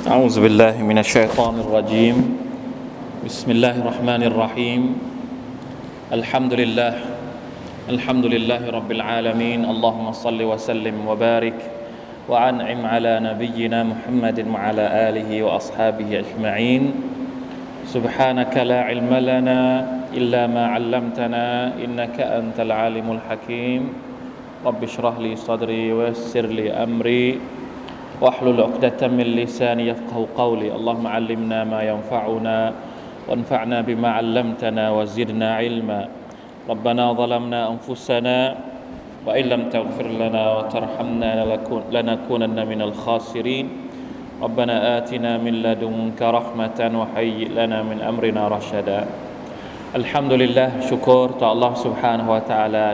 أعوذ بالله من الشيطان الرجيم بسم الله الرحمن الرحيم الحمد لله الحمد لله رب العالمين اللهم صل وسلم وبارك وأنعم على نبينا محمد وعلى آله وأصحابه أجمعين سبحانك لا علم لنا إلا ما علمتنا إنك أنت العالم الحكيم رب اشرح لي صدري ويسر لي أمري واحلل عقدة من لساني يفقهوا قولي اللهم علمنا ما ينفعنا وانفعنا بما علمتنا وزدنا علما ربنا ظلمنا أنفسنا وإن لم تغفر لنا وترحمنا لنكونن من الخاسرين ربنا آتنا من لدنك رحمة وهيئ لنا من أمرنا رشدا الحمد لله شكرต่อ Allah سبحانه และ تعالى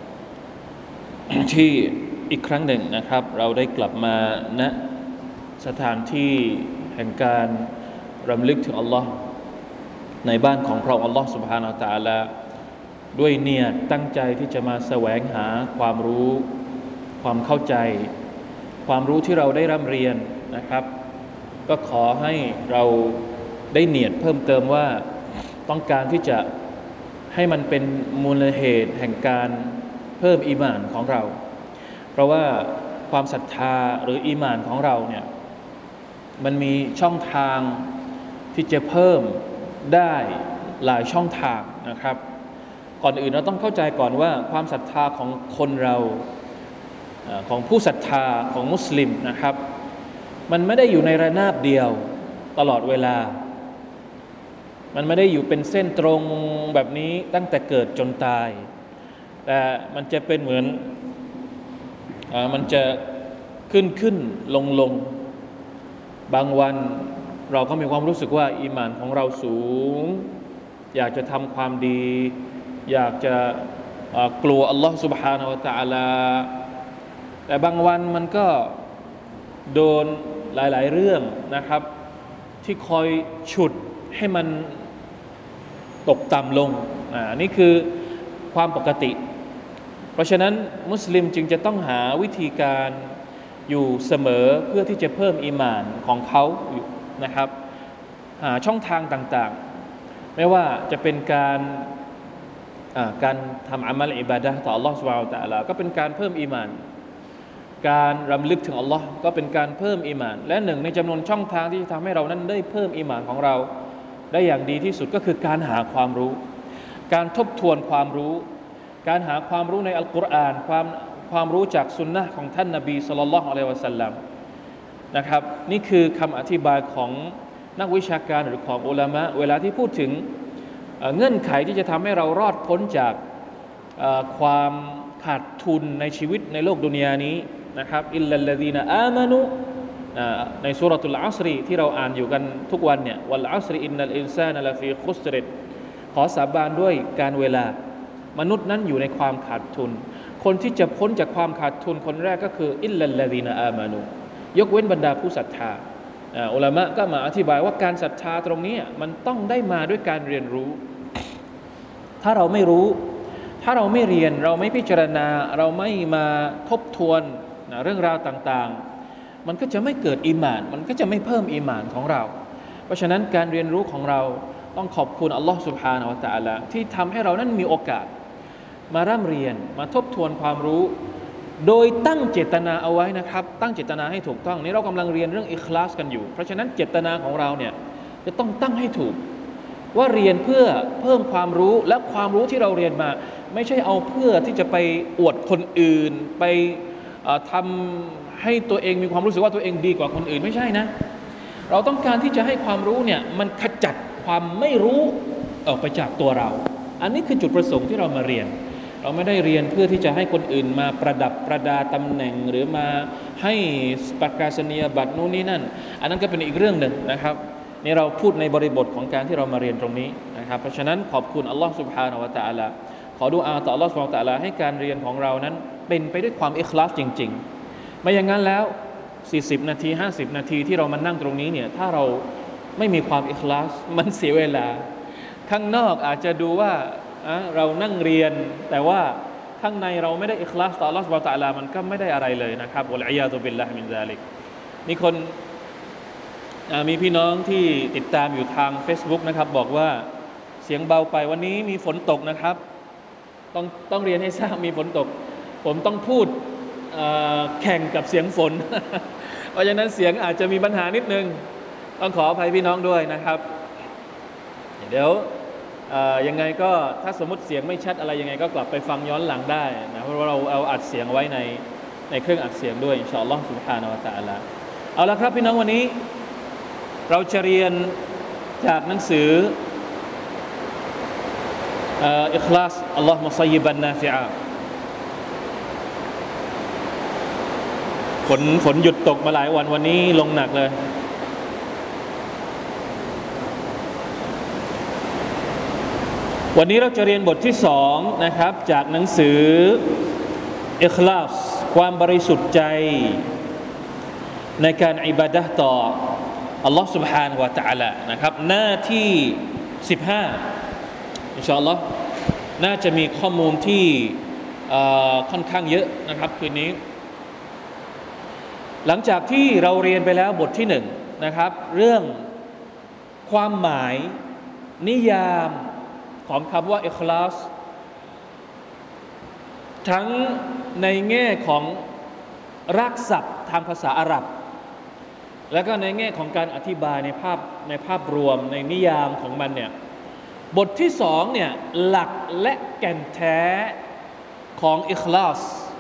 ที่อีกครั้งหนึ่งนะครับเราได้กลับมาณสถานที่แห่งการรำลึกถึงอัลลอฮ์ในบ้านของพระองค์อัลลอฮ์ سبحانه และ تعالى ด้วยเนียดตั้งใจที่จะมาแสวงหาความรู้ความเข้าใจความรู้ที่เราได้ร่ำเรียนนะครับก็ขอให้เราได้เนียดเพิ่มเติมว่าต้องการที่จะให้มันเป็นมูลเหตุแห่งการเพิ่มอีหม่านของเราเพราะว่าความศรัทธาหรืออีหม่านของเราเนี่ยมันมีช่องทางที่จะเพิ่มได้หลายช่องทางนะครับก่อนอื่นเราต้องเข้าใจก่อนว่าความศรัทธาของคนเราของผู้ศรัทธาของมุสลิมนะครับมันไม่ได้อยู่ในระนาบเดียวตลอดเวลามันไม่ได้อยู่เป็นเส้นตรงแบบนี้ตั้งแต่เกิดจนตายแต่มันจะเป็นเหมือนมันจะขึ้นลงบางวันเราก็มีความรู้สึกว่าอีหม่านของเราสูงอยากจะทำความดีอยากจะกลัวอัลลอฮฺ سبحانه และ تعالى แต่บางวันมันก็โดนหลายๆเรื่องนะครับที่คอยฉุดให้มันตกต่ำลงนี่คือความปกติเพราะฉะนั้นมุสลิมจึงจะต้องหาวิธีการอยู่เสมอเพื่อที่จะเพิ่มอีหม่านของเขานะครับหาช่องทางต่างๆไม่ว่าจะเป็นการทำอามัลอิบาดะห์ต่อ Allah Subhanahu Wa Taala ก็เป็นการเพิ่มอีหม่านการรำลึกถึง Allah ก็เป็นการเพิ่มอีหม่านและหนึ่งในจำนวนช่องทางที่จะทำให้เรานั้นได้เพิ่มอีหม่านของเราได้อย่างดีที่สุดก็คือการหาความรู้การทบทวนความรู้การหาความรู้ในอัลกุรอานความรู้จากสุนนะห์ของท่านนบีศ็อลลัลลอฮุอะลัยฮิวะซัลลัมนะครับนี่คือคำอธิบายของนักวิชาการหรือของอุลามะเวลาที่พูดถึงเงื่อนไขที่จะทำให้เรารอดพ้นจากความขาดทุนในชีวิตในโลกดุนยานี้นะครับอิลลัลลซีนาอามานุในซูเราะตุลอัศรที่เราอ่านอยู่กันทุกวันเนี่ยวัลอัศรอินนัลอินซานะลาฟีคุสรขอสาบานด้วยการเวลามนุษย์นั้นอยู่ในความขาดทุนคนที่จะพ้นจากความขาดทุนคนแรกก็คืออิลลัลลซีนาอามานุยกเว้นบรรดาผู้ศรัทธาอุลามะก็มาอธิบายว่าการศรัทธาตรงนี้มันต้องได้มาด้วยการเรียนรู้ถ้าเราไม่รู้ถ้าเราไม่เรียนเราไม่พิจารณาเราไม่มาทบทวนเรื่องราวต่างๆมันก็จะไม่เกิดอีหม่านมันก็จะไม่เพิ่มอีหม่านของเราเพราะฉะนั้นการเรียนรู้ของเราต้องขอบคุณอัลลอฮฺ سبحانه และ تعالى ที่ทำให้เรานั้นมีโอกาสมาร่ำเรียนมาทบทวนความรู้โดยตั้งเจตนาเอาไว้นะครับตั้งเจตนาให้ถูกต้องนี่เรากำลังเรียนเรื่องอิคลาสกันอยู่เพราะฉะนั้นเจตนาของเราเนี่ยจะต้องตั้งให้ถูกว่าเรียนเพื่อเพิ่มความรู้และความรู้ที่เราเรียนมาไม่ใช่เอาเพื่อที่จะไปอวดคนอื่นไปทำให้ตัวเองมีความรู้สึกว่าตัวเองดีกว่าคนอื่นไม่ใช่นะเราต้องการที่จะให้ความรู้เนี่ยมันขจัดความไม่รู้ออกไปจากตัวเราอันนี้คือจุดประสงค์ที่เรามาเรียนเราไม่ได้เรียนเพื่อที่จะให้คนอื่นมาประดับประดาตำแหน่งหรือมาให้ประกาศนียบัตรนู่นนี่นั่นอันนั้นก็เป็นอีกเรื่องหนึ่งนะครับนี่เราพูดในบริบทของการที่เรามาเรียนตรงนี้นะครับเพราะฉะนั้นขอบคุณอัลลอฮฺ سبحانه และ تعالى ขอดุอาต่ออัลลอฮฺ سبحانه และ تعالى ให้การเรียนของเรานั้นเป็นไปด้วยความอิคลาสจริงๆไม่อย่างนั้นแล้ว40นาที50นาทีที่เรามานั่งตรงนี้เนี่ยถ้าเราไม่มีความอิคลาสมันเสียเวลาข้างนอกอาจจะดูว่าเรานั่งเรียนแต่ว่าข้างในเราไม่ได้อิคลาสต่ออัลลอฮฺ سبحانه และ تعالى มันก็ไม่ได้อะไรเลยนะครับวะลัยยาซุบิลลาฮิมินซาลิกมีคนมีพี่น้องที่ติดตามอยู่ทาง Facebook นะครับบอกว่าเสียงเบาไปวันนี้มีฝนตกนะครับต้องเรียนให้ทราบมีฝนตกผมต้องพูดแข่งกับเสียงฝน เพราะฉะนั้นเสียงอาจจะมีปัญหานิดนึงต้องขออภัยพี่น้องด้วยนะครับเดี๋ยวยังไงก็ถ้าสมมติเสียงไม่ชัดอะไรยังไงก็กลับไปฟังย้อนหลังได้นะเพราะว่าเราเอาอัดเสียงไว้ในเครื่องอัดเสียงด้วยอินชาอัลลอฮฺซุบฮานะฮูวะตะอาลาเอาละครับพี่น้องวันนี้เราจะเรียนจากหนังสืออิคลาสอัลลอฮฺมุซัยยิบันนาฟิอาฝนหยุดตกมาหลายวันนี้ลงหนักเลยวันนี้เราจะเรียนบทที่2นะครับจากหนังสืออิคลาสความบริสุทธิ์ใจในการอิบาดะห์ต่ออัลลอฮฺ سبحانه และ تعالى นะครับหน้าที่15อินชาอัลลอฮ์น่าจะมีข้อมูลที่ค่อนข้างเยอะนะครับคืนนี้หลังจากที่เราเรียนไปแล้วบทที่1นะครับเรื่องความหมายนิยามของคำว่าอิคลาสทั้งในแง่ของรากศัพท์ทางภาษาอาหรับแล้วก็ในแง่ของการอธิบายในภาพรวมในนิยามของมันเนี่ยบทที่2เนี่ยหลักและแก่นแท้ของอิคลาส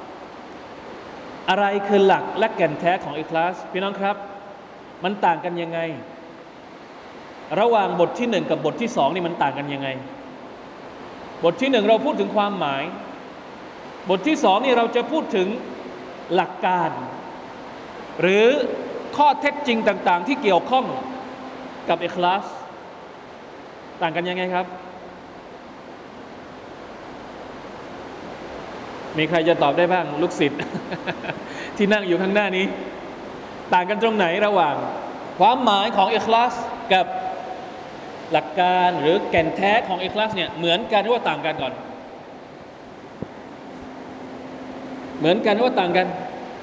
อะไรคือหลักและแก่นแท้ของอิคลาสพี่น้องครับมันต่างกันยังไงระหว่างบทที่1กับบทที่2นี่มันต่างกันยังไงบทที่1เราพูดถึงความหมายบทที่2นี่เราจะพูดถึงหลักการหรือข้อเท็จจริงต่างๆที่เกี่ยวข้องกับอิคลาสต่างกันยังไงครับมีใครจะตอบได้บ้างลูกศิษย์ ที่นั่งอยู่ข้างหน้านี้ต่างกันตรงไหนระหว่างความหมายของอิคลาสกับหลักการหรือแก่นแท้ของอิคลาสเนี่ยเหมือนกันหรือว่าต่างกันก่อนเหมือนกันหรือว่าต่างกัน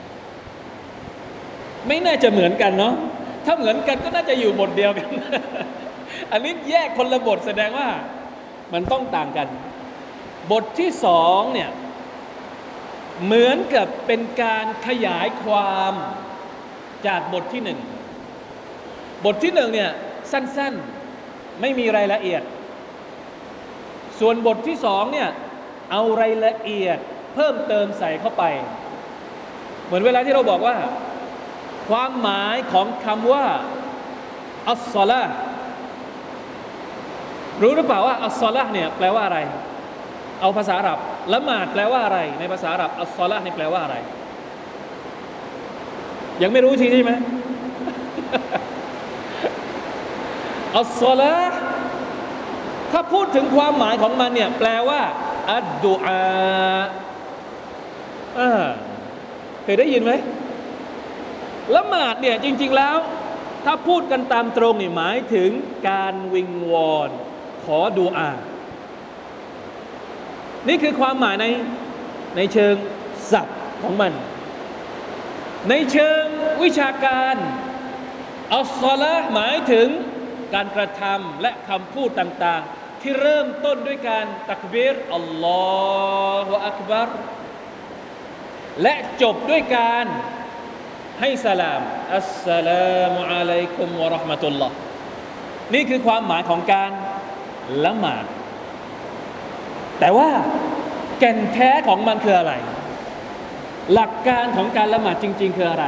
ไม่น่าจะเหมือนกันเนาะถ้าเหมือนกันก็น่าจะอยู่บทเดียวกัน อันนี้แยกคนละบทแสดงว่ามันต้องต่างกันบทที่2เนี่ยเหมือนกับเป็นการขยายความจากบทที่1บทที่1เนี่ยสั้นๆไม่มีรายละเอียดส่วนบทที่2เนี่ยเอารายละเอียดเพิ่มเติมใส่เข้าไปเหมือนเวลาที่เราบอกว่าความหมายของคำว่าอัสศอลาห์รู้หรือเปล่าว่าอัสศอลาห์เนี่ยแปลว่าอะไรเอาภาษาอาหรับละหมาดแปลว่าอะไรในภาษาอาหรับอัสศอลาห์นี่แปลว่าอะไรยังไม่รู้ทีใช่ไหม อัสศอลาห์ถ้าพูดถึงความหมายของมันเนี่ยแปลว่าอัดดุอาเคยได้ยินไหมละหมาดเนี่ยจริงๆแล้วถ้าพูดกันตามตรงนี่หมายถึงการวิงวอนขอดุอานี่คือความหมายในเชิงศัพท์ของมันในเชิงวิชาการอัสศอลาห์หมายถึงการกระทำและคำพูดต่างๆที่เริ่มต้นด้วยการตักบีรอัลลอฮฺอักบัรและจบด้วยการให้สลามอัสสลามุอะลัยกุมวะเราะห์มะตุลลอฮ์นี่คือความหมายของการละหมาดแต่ว่าแก่นแท้ของมันคืออะไรหลักการของการละหมาดจริงๆคืออะไร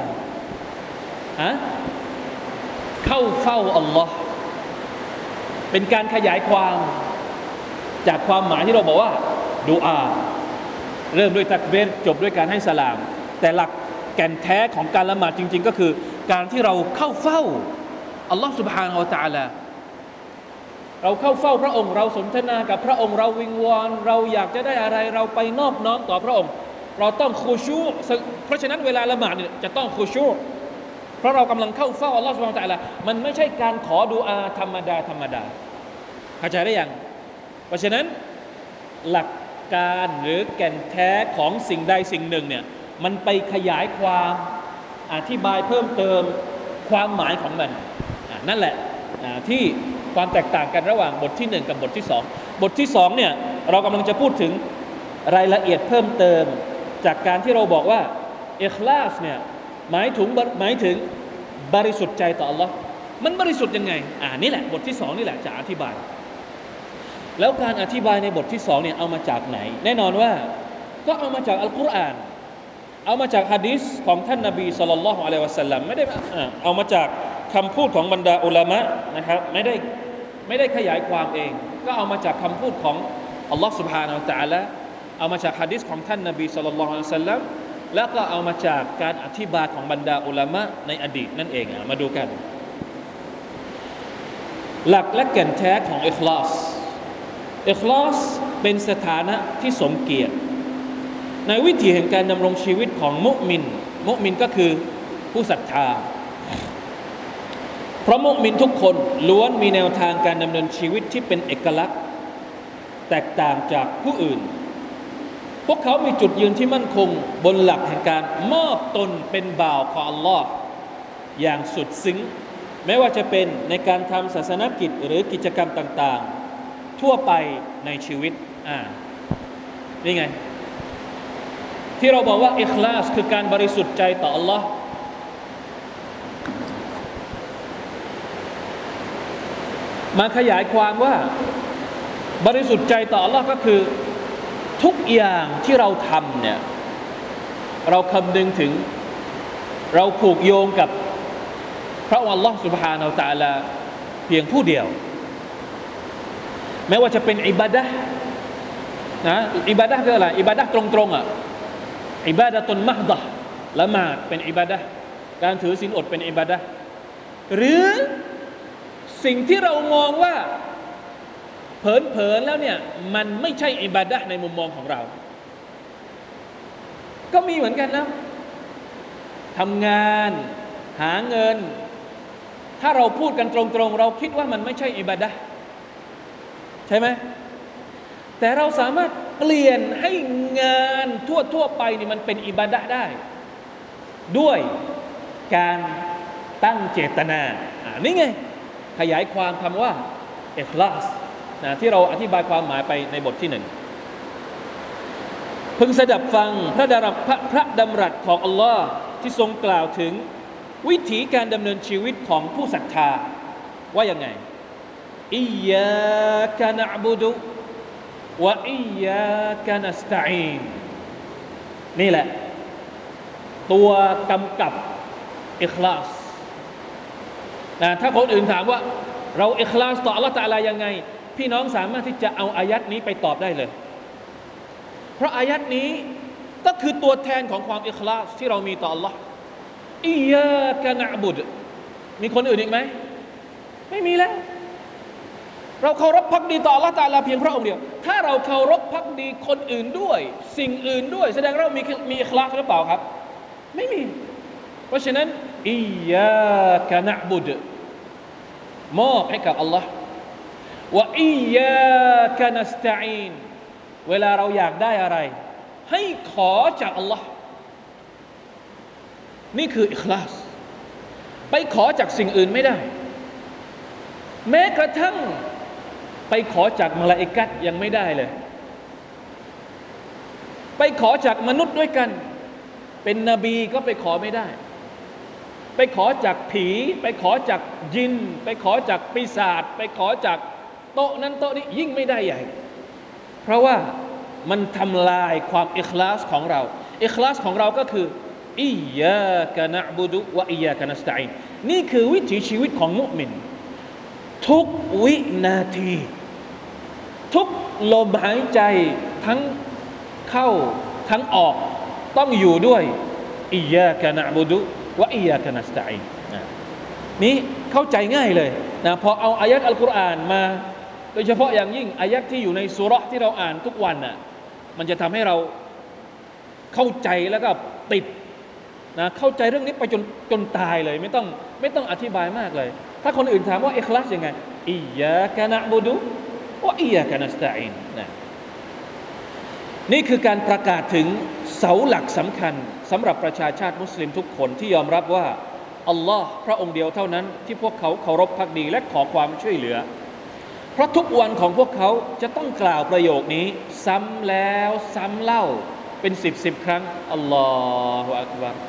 เข้าเฝ้าอัลลอฮ์เป็นการขยายความจากความหมายที่เราบอกว่าดุอาเริ่มด้วยตักบีรจบด้วยการให้สลามแต่หลักแก่นแท้ของการละหมาดจริงๆก็คือการที่เราเข้าเฝ้าอัลลอฮ์ سبحانه และ تعالى เราเข้าเฝ้าพระองค์เราสนทนากับพระองค์เราวิงวอนเราอยากจะได้อะไรเราไปนอบน้อมต่อพระองค์เราต้องคุชูเพราะฉะนั้นเวลาละหมาดเนี่ยจะต้องคุชูเพราะเรากำลังเข้าเฝ้าอัลลอฮ์ سبحانه และ تعالى มันไม่ใช่การขอดุอาธรรมดาเข้าใจได้ยังเพราะฉะนั้นหลักการหรือแก่นแท้ของสิ่งใดสิ่งหนึ่งเนี่ยมันไปขยายความอธิบายเพิ่มเติมความหมายของมันนั่นแหละที่ความแตกต่างกันระหว่างบทที่1กับบทที่2บทที่2เนี่ยเรากำลังจะพูดถึงรายละเอียดเพิ่มเติมจากการที่เราบอกว่าอิคลาสเนี่ยหมายถึงบริสุทธิ์ใจต่อ Allah มันบริสุทธิ์ยังไงนี่แหละบทที่2นี่แหละจะอธิบายแล้วการอธิบายในบทที่2เนี่ยเอามาจากไหนแน่นอนว่าก็เอามาจากอัลกุรอานเอามาจากหะดีษของท่านนบีศ็อลลัลลอฮุอะลัยฮิวะซัลลัมไม่ได้เอามาจากคำพูดของบรรดาอุลามะนะครับไม่ได้ขยายความเองก็เอามาจากคำพูดของอัลลอฮ์ سبحانه และ تعالى เอามาจากหะดีษของท่านนบีศ็อลลัลลอฮุอะลัยฮิวะซัลลัมแล้วก็เอามาจากการอธิบายของบรรดาอุลามะในอดีตนั่นเองมาดูกันหลักและแก่นแท้ของอิคลาสเป็นสถานะที่สมเกียรติในวิถีแห่งการดำรงชีวิตของมุมินก็คือผู้ศรัทธาเพราะมุมินทุกคนล้วนมีแนวทางการดำเนินชีวิตที่เป็นเอกลักษณ์แตกต่างจากผู้อื่นพวกเขามีจุดยืนที่มั่นคงบนหลักแห่งการมอบตนเป็นบ่าวของอัลลอฮ์อย่างสุดซึ้งไม่ว่าจะเป็นในการทำศาสนกิจหรือกิจกรรมต่างๆทั่วไปในชีวิตนี่ไงที่เราบอกว่าอิคลาสคือการบริสุทธิ์ใจต่ออัลลอฮ์มาขยายความว่าบริสุทธิ์ใจต่ออัลลอฮ์ก็คือทุกอย่างที่เราทำเนี่ยเราคำนึงถึงเราผูกโยงกับพระอัลลอฮ์ سبحانه และ تعالى เพียงผู้เดียวแม้ว่าจะเป็นอิบาดะห์นะอิบาดะห์คืออะไรอิบาดะห์ตรงๆอิบาดะตุนมะฮ์ฎะห์ละหมาดเป็นอิบาดะห์การถือศีลอดเป็นอิบาดะห์หรือสิ่งที่เรามองว่าเผินๆแล้วเนี่ยมันไม่ใช่อิบาดะห์ในมุมมองของเราก็มีเหมือนกันนะทำงานหาเงินถ้าเราพูดกันตรงๆเราคิดว่ามันไม่ใช่อิบาดะห์ใช่ไหมแต่เราสามารถเปลี่ยนให้งานทั่วไปนี่มันเป็นอิบาดะห์ได้ด้วยการตั้งเจตนานี่ไงขยายความคำว่าอิคลาสที่เราอธิบายความหมายไปในบทที่1พึงสดับฟังพระดำรัสของอัลลอฮ์ที่ทรงกล่าวถึงวิถีการดำเนินชีวิตของผู้ศรัทธาว่ายังไงอิยยากะนะอ์บุดุวะอิยยากะนัสตะอีนนี่แหละตัวกำกับอิคลาสถ้าคนอื่นถามว่าเราอิคลาสต่ออัลเลาะห์ตะอาลายังไงพี่น้องสามารถที่จะเอาอายัดนี้ไปตอบได้เลยเพราะอายัดนี้ก็คือตัวแทนของความอิคลาสที่เรามีต่ออัลเลาะห์อิยยากะนะอ์บุดมีคนอื่นอีกไหมไม่มีแล้วเราเคารพภักดีต่ออัลเลาะห์ตะอาลาเพียงพระองค์เดียวถ้าเราเคารพภักดีคนอื่นด้วยสิ่งอื่นด้วยแสดงเรามีอิคลาสหรือเปล่าครับไม่มีเพราะฉะนั้นอิยยากะนะอ์บุดมอบให้กับอัลลอฮ์วะอิยยากะนัสตะอีนเวลาเราอยากได้อะไรให้ขอจากอัลลอฮ์นี่คืออิคลาสไปขอจากสิ่งอื่นไม่ได้แม้กระทั่งไปขอจากมลาอิกะฮ์ยังไม่ได้เลยไปขอจากมนุษย์ด้วยกันเป็นนบีก็ไปขอไม่ได้ไปขอจากผีไปขอจากยินไปขอจากปีศาจไปขอจากโต๊ะนั้นโต๊ะนี้ยิ่งไม่ได้ใหญ่เพราะว่ามันทำลายความอิคลาสของเราอิคลาสของเราก็คืออิยยากะนะอ์บุดุวะอิยยากะนัสตะอีนนี่คือวิถีชีวิตของมุมินทุกวินาทีทุกลมหายใจทั้งเข้าทั้งออกต้องอยู่ด้วยอิยยากะนะอ์บุดุวะอิยยากะนัสตะอีนนี่เข้าใจง่ายเลยนะพอเอาอายัดอัลกุรอานมาโดยเฉพาะอย่างยิ่งอายัดที่อยู่ในซูเราะห์ที่เราอ่านทุกวันน่ะมันจะทำให้เราเข้าใจแล้วก็ติดนะเข้าใจเรื่องนี้ไปจนตายเลยไม่ต้องอธิบายมากเลยถ้าคนอื่นถามว่าอิคลาสยังไงอิยยากะนะอ์บุดุวะอิยยากะนัสตะอีนนะนี่คือการประกาศถึงเสาหลักสำคัญสำหรับประชาชาติมุสลิมทุกคนที่ยอมรับว่าอัลลอฮ์พระองค์เดียวเท่านั้นที่พวกเขาเคารพภักดีและขอความช่วยเหลือเพราะทุกวันของพวกเขาจะต้องกล่าวประโยคนี้ซ้ำแล้วซ้ำเล่าเป็นสิบครั้งอัลลอฮฺอักบัร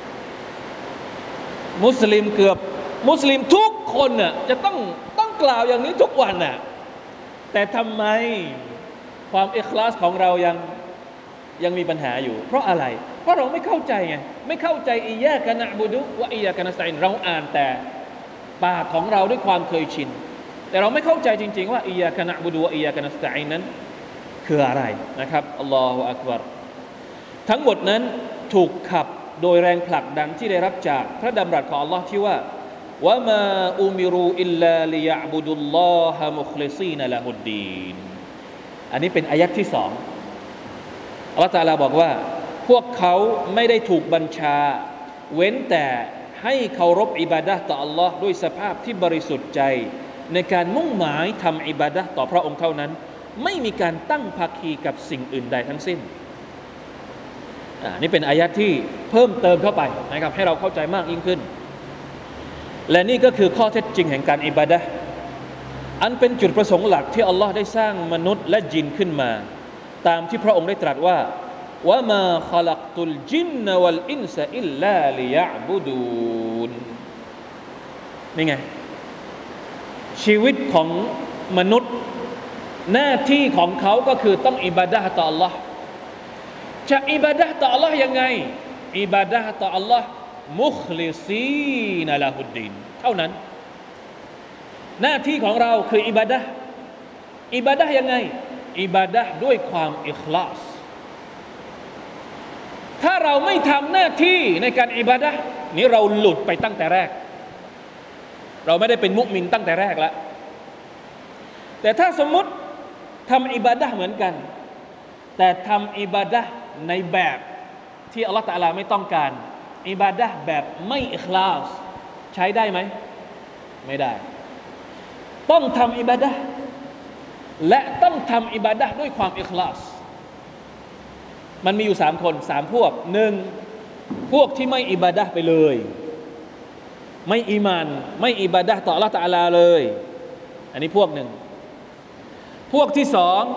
มุสลิมทุกคนน่ะจะต้องกล่าวอย่างนี้ทุกวันน่ะแต่ทำไมความอิคลาสของเรายังมีปัญหาอยู่เพราะอะไรเพราะเราไม่เข้าใจไงไม่เข้าใจอิยากะนะบุดุวะอิยากะนัสตัอีนเราอ่านแต่ปากของเราด้วยความเคยชินแต่เราไม่เข้าใจจริงๆว่าอิยากะนะบุดุวะอิยากะนัสตัอีนนั้นคืออะไรนะครับอัลลอฮฺอักบัรทั้งหมดนั้นถูกขับโดยแรงผลักดันที่ได้รับจากพระดำรัสของอัลลอฮ์ที่ว่าวะมาอุมิรูอิลลาลิยะบุดุลลอฮะมุคลิซีนละฮุดดีนอันนี้เป็นอายัดที่2อัลลอฮฺตะอาลาบอกว่าพวกเขาไม่ได้ถูกบัญชาเว้นแต่ให้เคารพอิบาดะห์ต่ออัลลอฮ์ด้วยสภาพที่บริสุทธิ์ใจในการมุ่งหมายทำอิบาดะห์ต่อพระองค์เท่านั้นไม่มีการตั้งภาคีกับสิ่งอื่นใดทั้งสิ้นนี่เป็นอายัดที่เพิ่มเติมเข้าไปนะครับให้เราเข้าใจมากยิ่งขึ้นและนี่ก็คือข้อเท็จจริงแห่งการอิบาดะห์อันเป็นจุดประสงค์หลักที่อัลลอฮ์ได้สร้างมนุษย์และญินขึ้นมาตามที่พระองค์ได้ตรัสว่าวะมาคอลักตุลจินวัลอินซะอิลลาลิยะบุดูนนี่ไงชีวิตของมนุษย์หน้าที่ของเขาก็คือต้องอิบาดะห์ต่อ Allah จะอิบาดะห์ต่อ Allah ยังไงอิบาดะห์ต่อ Allah มุคลิซีนละฮุดดีนเท่านั้นหน้าที่ของเราคืออิบาดะห์ยังไงอิบาดะห์ด้วยความอิคลาสถ้าเราไม่ทำหน้าที่ในการอิบาดะห์นี้เราหลุดไปตั้งแต่แรกเราไม่ได้เป็นมุมินตั้งแต่แรกแล้วแต่ถ้าสมมุติทำอิบาดะห์เหมือนกันแต่ทำอิบาดะห์ในแบบที่อัลลอฮฺตะอาลาไม่ต้องการอิบาดะห์แบบไม่อิคลาสใช้ได้ไหมไม่ได้ต้องทำอิบาดะห์และต้องทำอิบาดะห์ด้วยความอิคลาสมันมีอยู่3คน3พวก1พวกที่ไม่อิบาดะห์ไปเลยไม่อีหม่านไม่อิบาดะห์ต่ออัลเลาะห์ตะอาลาเลยอันนี้พวกหนึ่งพวกที่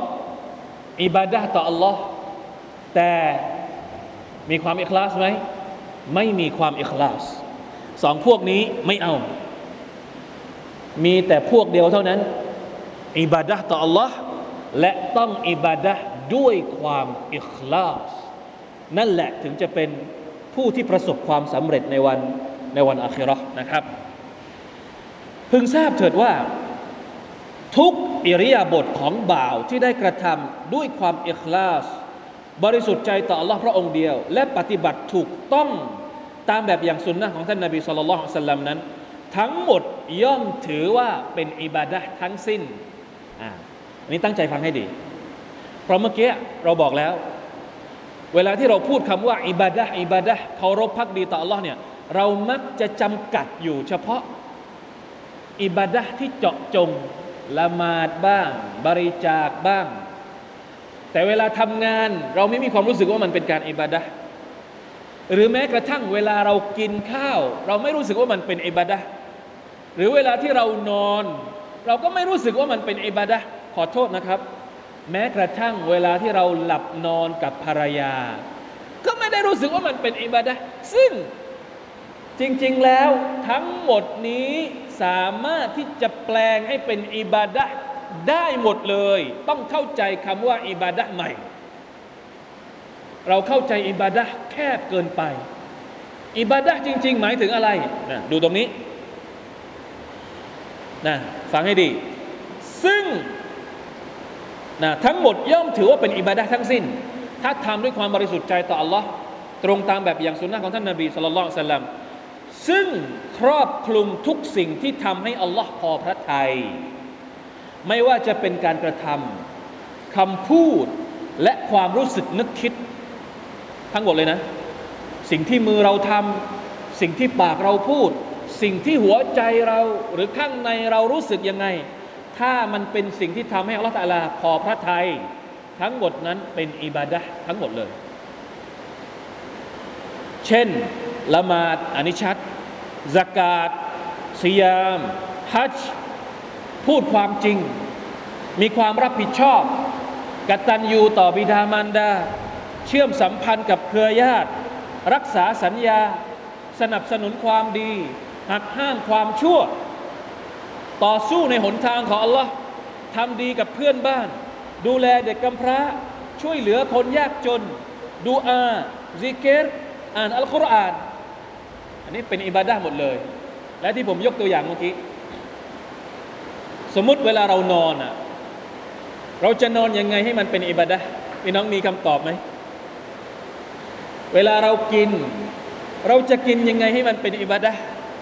2อิบาดะห์ต่ออัลลอฮ์แต่มีความอิคลาสไหมไม่มีความอิคลาส2พวกนี้ไม่เอามีแต่พวกเดียวเท่านั้นอิบาดะห์ต่ออัลลอฮ์และต้องอิบาดะห์ด้วยความอิคลาสนั่นแหละถึงจะเป็นผู้ที่ประสบความสำเร็จในวันอาคิเราะห์นะครับพึงทราบเถิดว่าทุกอิริยาบถของบ่าวที่ได้กระทำด้วยความอิคลาสบริสุทธิ์ใจต่ออัลลอฮ์พระองค์เดียวและปฏิบัติถูกต้องตามแบบอย่างสุนนะของท่านนบีศ็อลลัลลอฮุอะลัยฮิวะซัลลัมนั้นทั้งหมดย่อมถือว่าเป็นอิบาดะห์ทั้งสิ้นอันนี้ตั้งใจฟังให้ดีเพราะเมื่อกี้เราบอกแล้วเวลาที่เราพูดคำว่าอิบาดะห์เคารพภักดีต่ออัลลอฮ์เนี่ยเรามักจะจำกัดอยู่เฉพาะอิบาดะห์ที่เจาะจงละหมาดบ้างบริจาคบ้างแต่เวลาทำงานเราไม่มีความรู้สึกว่ามันเป็นการอิบาดะห์หรือแม้กระทั่งเวลาเรากินข้าวเราไม่รู้สึกว่ามันเป็นอิบาดะห์หรือเวลาที่เรานอนเราก็ไม่รู้สึกว่ามันเป็นอิบาดะห์ขอโทษนะครับแม้กระทั่งเวลาที่เราหลับนอนกับภรรยาก็ไม่ได้รู้สึกว่ามันเป็นอิบาดะห์ซึ่งจริงๆแล้วทั้งหมดนี้สามารถที่จะแปลงให้เป็นอิบาดะห์ได้หมดเลยต้องเข้าใจคำว่าอิบาดะห์ใหม่เราเข้าใจอิบาดะห์แคบเกินไปอิบาดะห์จริงๆหมายถึงอะไรนะดูตรงนี้นะฟังให้ดีซึ่งทั้งหมดย่อมถือว่าเป็นอิบาดะห์ทั้งสิ้นถ้าทำด้วยความบริสุทธิ์ใจต่ออัลลอฮ์ตรงตามแบบอย่างสุนนะของท่านนบีศ็อลลัลลอฮุอะลัยฮิวะซัลลัมซึ่งครอบคลุมทุกสิ่งที่ทำให้อัลลอฮ์พอพระทัยไม่ว่าจะเป็นการกระทำคำพูดและความรู้สึกนึกคิดทั้งหมดเลยนะสิ่งที่มือเราทำสิ่งที่ปากเราพูดสิ่งที่หัวใจเราหรือข้างในเรารู้สึกยังไงถ้ามันเป็นสิ่งที่ทำให้อัลเลาะห์ตะอาลาพอพระทัยทั้งหมดนั้นเป็นอิบาดะห์ทั้งหมดเลยเช่นละหมาดอันนี้ชัดซักาตซิยามฮัจญ์พูดความจริงมีความรับผิดชอบกตัญญูต่อบิดามารดาเชื่อมสัมพันธ์กับเครือญาติรักษาสัญญาสนับสนุนความดีหักห้ามความชั่วต่อสู้ในหนทางของอัลลอฮ์ทำดีกับเพื่อนบ้านดูแลเด็กกำพร้าช่วยเหลือคนยากจนดูอาซิกรอ่านอัลกุรอานอันนี้เป็นอิบาดะห์หมดเลยและที่ผมยกตัวอย่างเมื่อกี้สมมุติเวลาเรานอนเราจะนอนยังไงให้มันเป็นอิบาดะห์พี่น้องมีคำตอบไหมเวลาเรากินเราจะกินยังไงให้มันเป็นอิบาดะห์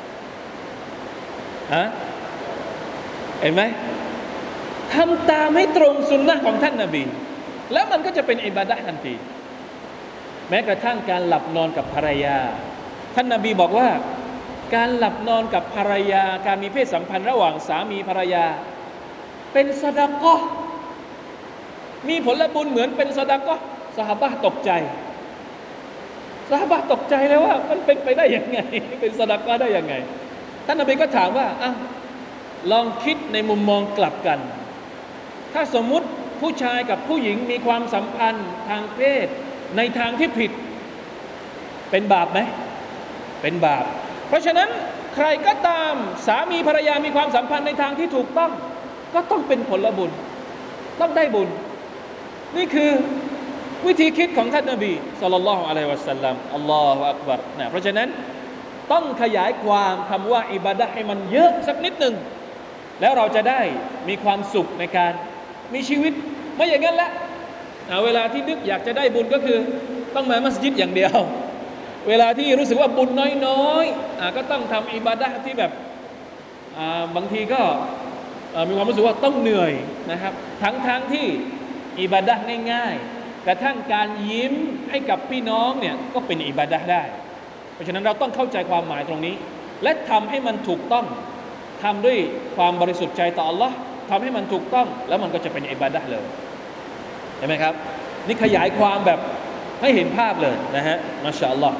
เห็นไหมทำตามให้ตรงสุนนะของท่านนบีแล้วมันก็จะเป็นอิบาดะห์ทันทีแม้กระทั่งการหลับนอนกับภรรยาท่านนบีบอกว่าการหลับนอนกับภรรยาการมีเพศสัมพันธ์ระหว่างสามีภรรยาเป็นซะดะกอฮ์มีผลบุญเหมือนเป็นซะดะกอฮ์ซอฮาบะห์ตกใจซอฮาบะห์ตกใจเลยว่ามันเป็นไปได้ยังไงเป็นซะดะกอฮ์ได้ยังไงท่านนบีก็ถามว่าลองคิดในมุมมองกลับกันถ้าสมมุติผู้ชายกับผู้หญิงมีความสัมพันธ์ทางเพศในทางที่ผิดเป็นบาปไหมเป็นบาปเพราะฉะนั้นใครก็ตามสามีภรรยามีความสัมพันธ์ในทางที่ถูกต้องก็ต้องเป็นผลบุญต้องได้บุญนี่คือวิธีคิดของท่านนบีศ็อลลัลลอฮุอะลัยฮิวะซัลลัมอัลลอฮุอักบัรนะเพราะฉะนั้นต้องขยายความคำว่าอิบาดะห์ให้มันเยอะสักนิดหนึ่งแล้วเราจะได้มีความสุขในการมีชีวิตไม่อย่างนั้นแหละเวลาที่นึกอยากจะได้บุญก็คือต้องมามัสยิดอย่างเดียวเวลาที่รู้สึกว่าบุญน้อยๆก็ต้องทำอิบาดะห์ที่แบบบางทีก็มีความรู้สึกว่าต้องเหนื่อยนะครับทั้งที่อิบาดะห์ง่ายๆกระทั่งการยิ้มให้กับพี่น้องเนี่ยก็เป็นอิบาดะห์ได้เพราะฉะนั้นเราต้องเข้าใจความหมายตรงนี้และทำให้มันถูกต้องทำด้วยความบริสุทธิ์ใจต่อ Allah ทำให้มันถูกต้องแล้วมันก็จะเป็นอิบาดะห์เลยเห็นไหมครับนี่ขยายความแบบให้เห็นภาพเลยนะฮะมาชาอัลลอฮ์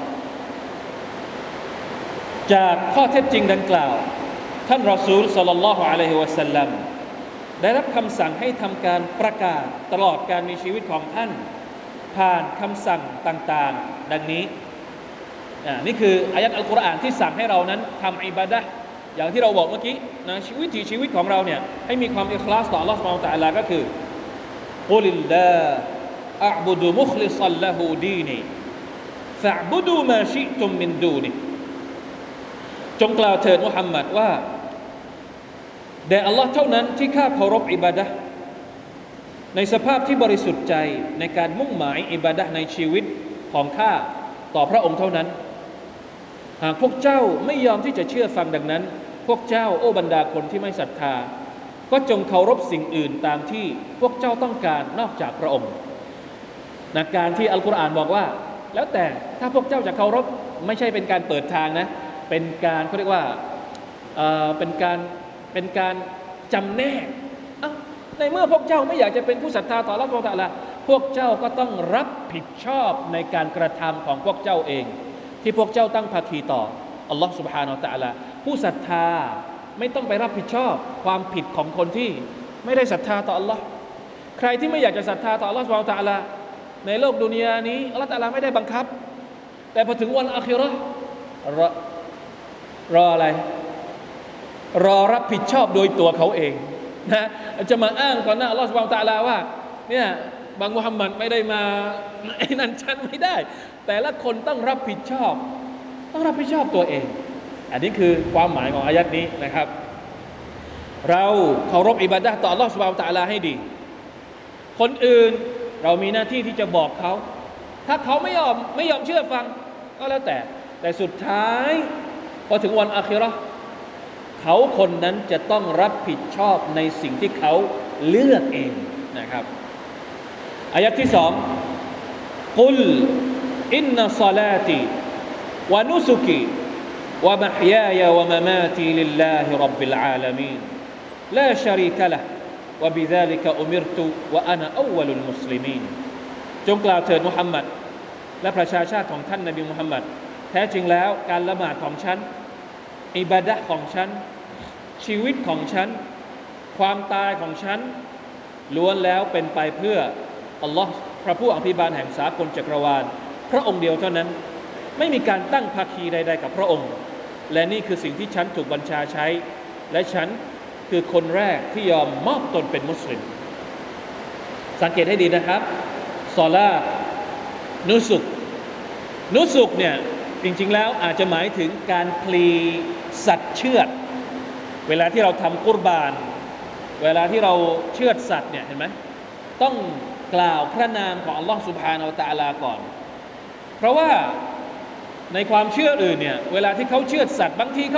จากข้อเท็จจริงดังกล่าวท่านรอซูลศ็อลลัลลอฮุอะลัยฮิวะซัลลัมได้รับคำสั่งให้ทำการประกาศตลอดการมีชีวิตของท่านผ่านคำสั่งต่างๆดังนี้นี่คืออายะห์อัลกุรอานที่สั่งให้เรานั้นทำอิบาดะห์อย่างที่เราบอกเมื่อกี้นะวิถีชีวิตของเราเนี่ยให้มีความอิคลาสต่อ Allah Subhanahu Wa Taala ก็คือกุลิลลาอัอ์บุดุมุคลิซัลละฮูดีนีฟะอ์บุดูมาชิตุมมินดูนีจงกล่าวเถิดมุฮัมมัดว่าแด่ Allah เท่านั้นที่ข้าเคารพอิบาดะห์ในสภาพที่บริสุทธิ์ใจในการมุ่งหมายอิบาดะห์ในชีวิตของข้าต่อพระองค์เท่านั้นหากพวกเจ้าไม่ยอมที่จะเชื่อฟังดังนั้นพวกเจ้าโอ้บรรดาคนที่ไม่ศรัทธาก็จงเคารพสิ่งอื่นตามที่พวกเจ้าต้องการนอกจากพระองค์นะการที่อัลกุรอานบอกว่าแล้วแต่ถ้าพวกเจ้าจะเคารพไม่ใช่เป็นการเปิดทางนะเป็นการเขาเรียกว่าเป็นการจำแนกในเมื่อพวกเจ้าไม่อยากจะเป็นผู้ศรัทธาต่ออัลเลาะห์ซุบฮานะฮูวะตะอาลาพวกเจ้าก็ต้องรับผิดชอบในการกระทำของพวกเจ้าเองที่พวกเจ้าตั้งภาคีต่ออัลลอฮ์ซุบฮานะฮูวะตะอาลาผู้ศรัทธาไม่ต้องไปรับผิดชอบความผิดของคนที่ไม่ได้ศรัทธาต่ออัลลอฮ์ใครที่ไม่อยากจะศรัทธาต่ออัลลอฮ์ซุบฮานะฮูวะตะอาลาในโลกดุนยานี้อัลลอฮ์ตะอาลาไม่ได้บังคับแต่พอถึงวันอาคิเราะห์รออะไรรอรับผิดชอบโดยตัวเขาเองนะจะมาอ้างก่อนหน้าอัลลอฮฺซุบฮานะฮูวะตะอาลาว่าเนี่ยบางมุฮัมมัดไม่ได้มาไอ้นั่นฉันไม่ได้แต่ละคนต้องรับผิดชอบตัวเองอันนี้คือความหมายของอายัดนี้นะครับเราเคารพอิบาดะห์ต่ออัลลอฮฺซุบฮานะฮูวะตะอาลาให้ดีคนอื่นเรามีหน้าที่ที่จะบอกเขาถ้าเขาไม่ยอมเชื่อฟังก็แล้วแต่สุดท้ายพอถึงวันอาคิเราะห์เขาคนนั้นจะต้องรับผิดชอบในสิ่งที่เขาเลือกเองนะครับอายะห์ที่2กุลอินนัศศอลาติวะนุสุกีวะมะฮยายะวะมะมาติลิลลาฮิร็อบบิลอาลามีนลาชะรีกะละฮ์วะบิซาลิกะอุมิรตุวะอะนะอัววัลุลมุสลิมีนจงกล่าวเถิดมุฮัมมัดและประชาชาติของท่านนบีมุฮัมมัดแท้จริงแล้วการละหมาดของฉันอิบาดะห์ของฉันชีวิตของฉันความตายของฉันล้วนแล้วเป็นไปเพื่ออัลลอฮ์พระผู้อภิบาลแห่งสากลจักรวาลพระองค์เดียวเท่านั้นไม่มีการตั้งภาคีใดๆกับพระองค์และนี่คือสิ่งที่ฉันถูกบัญชาใช้และฉันคือคนแรกที่ยอมมอบตนเป็นมุสลิมสังเกตให้ดีนะครับศอลาห์นุสุกเนี่ยจริงๆแล้วอาจจะหมายถึงการพลีสัตว์เชือดเวลาที่เราทำกุรบานเวลาที่เราเชือดสัตว์เนี่ยเห็นไหมต้องกล่าวพระนามของอัลลอฮฺซุบฮานะฮูวะตะอาลาก่อนเพราะว่าในความเชื่ออื่นเนี่ยเวลาที่เขาเชือดสัตว์บางที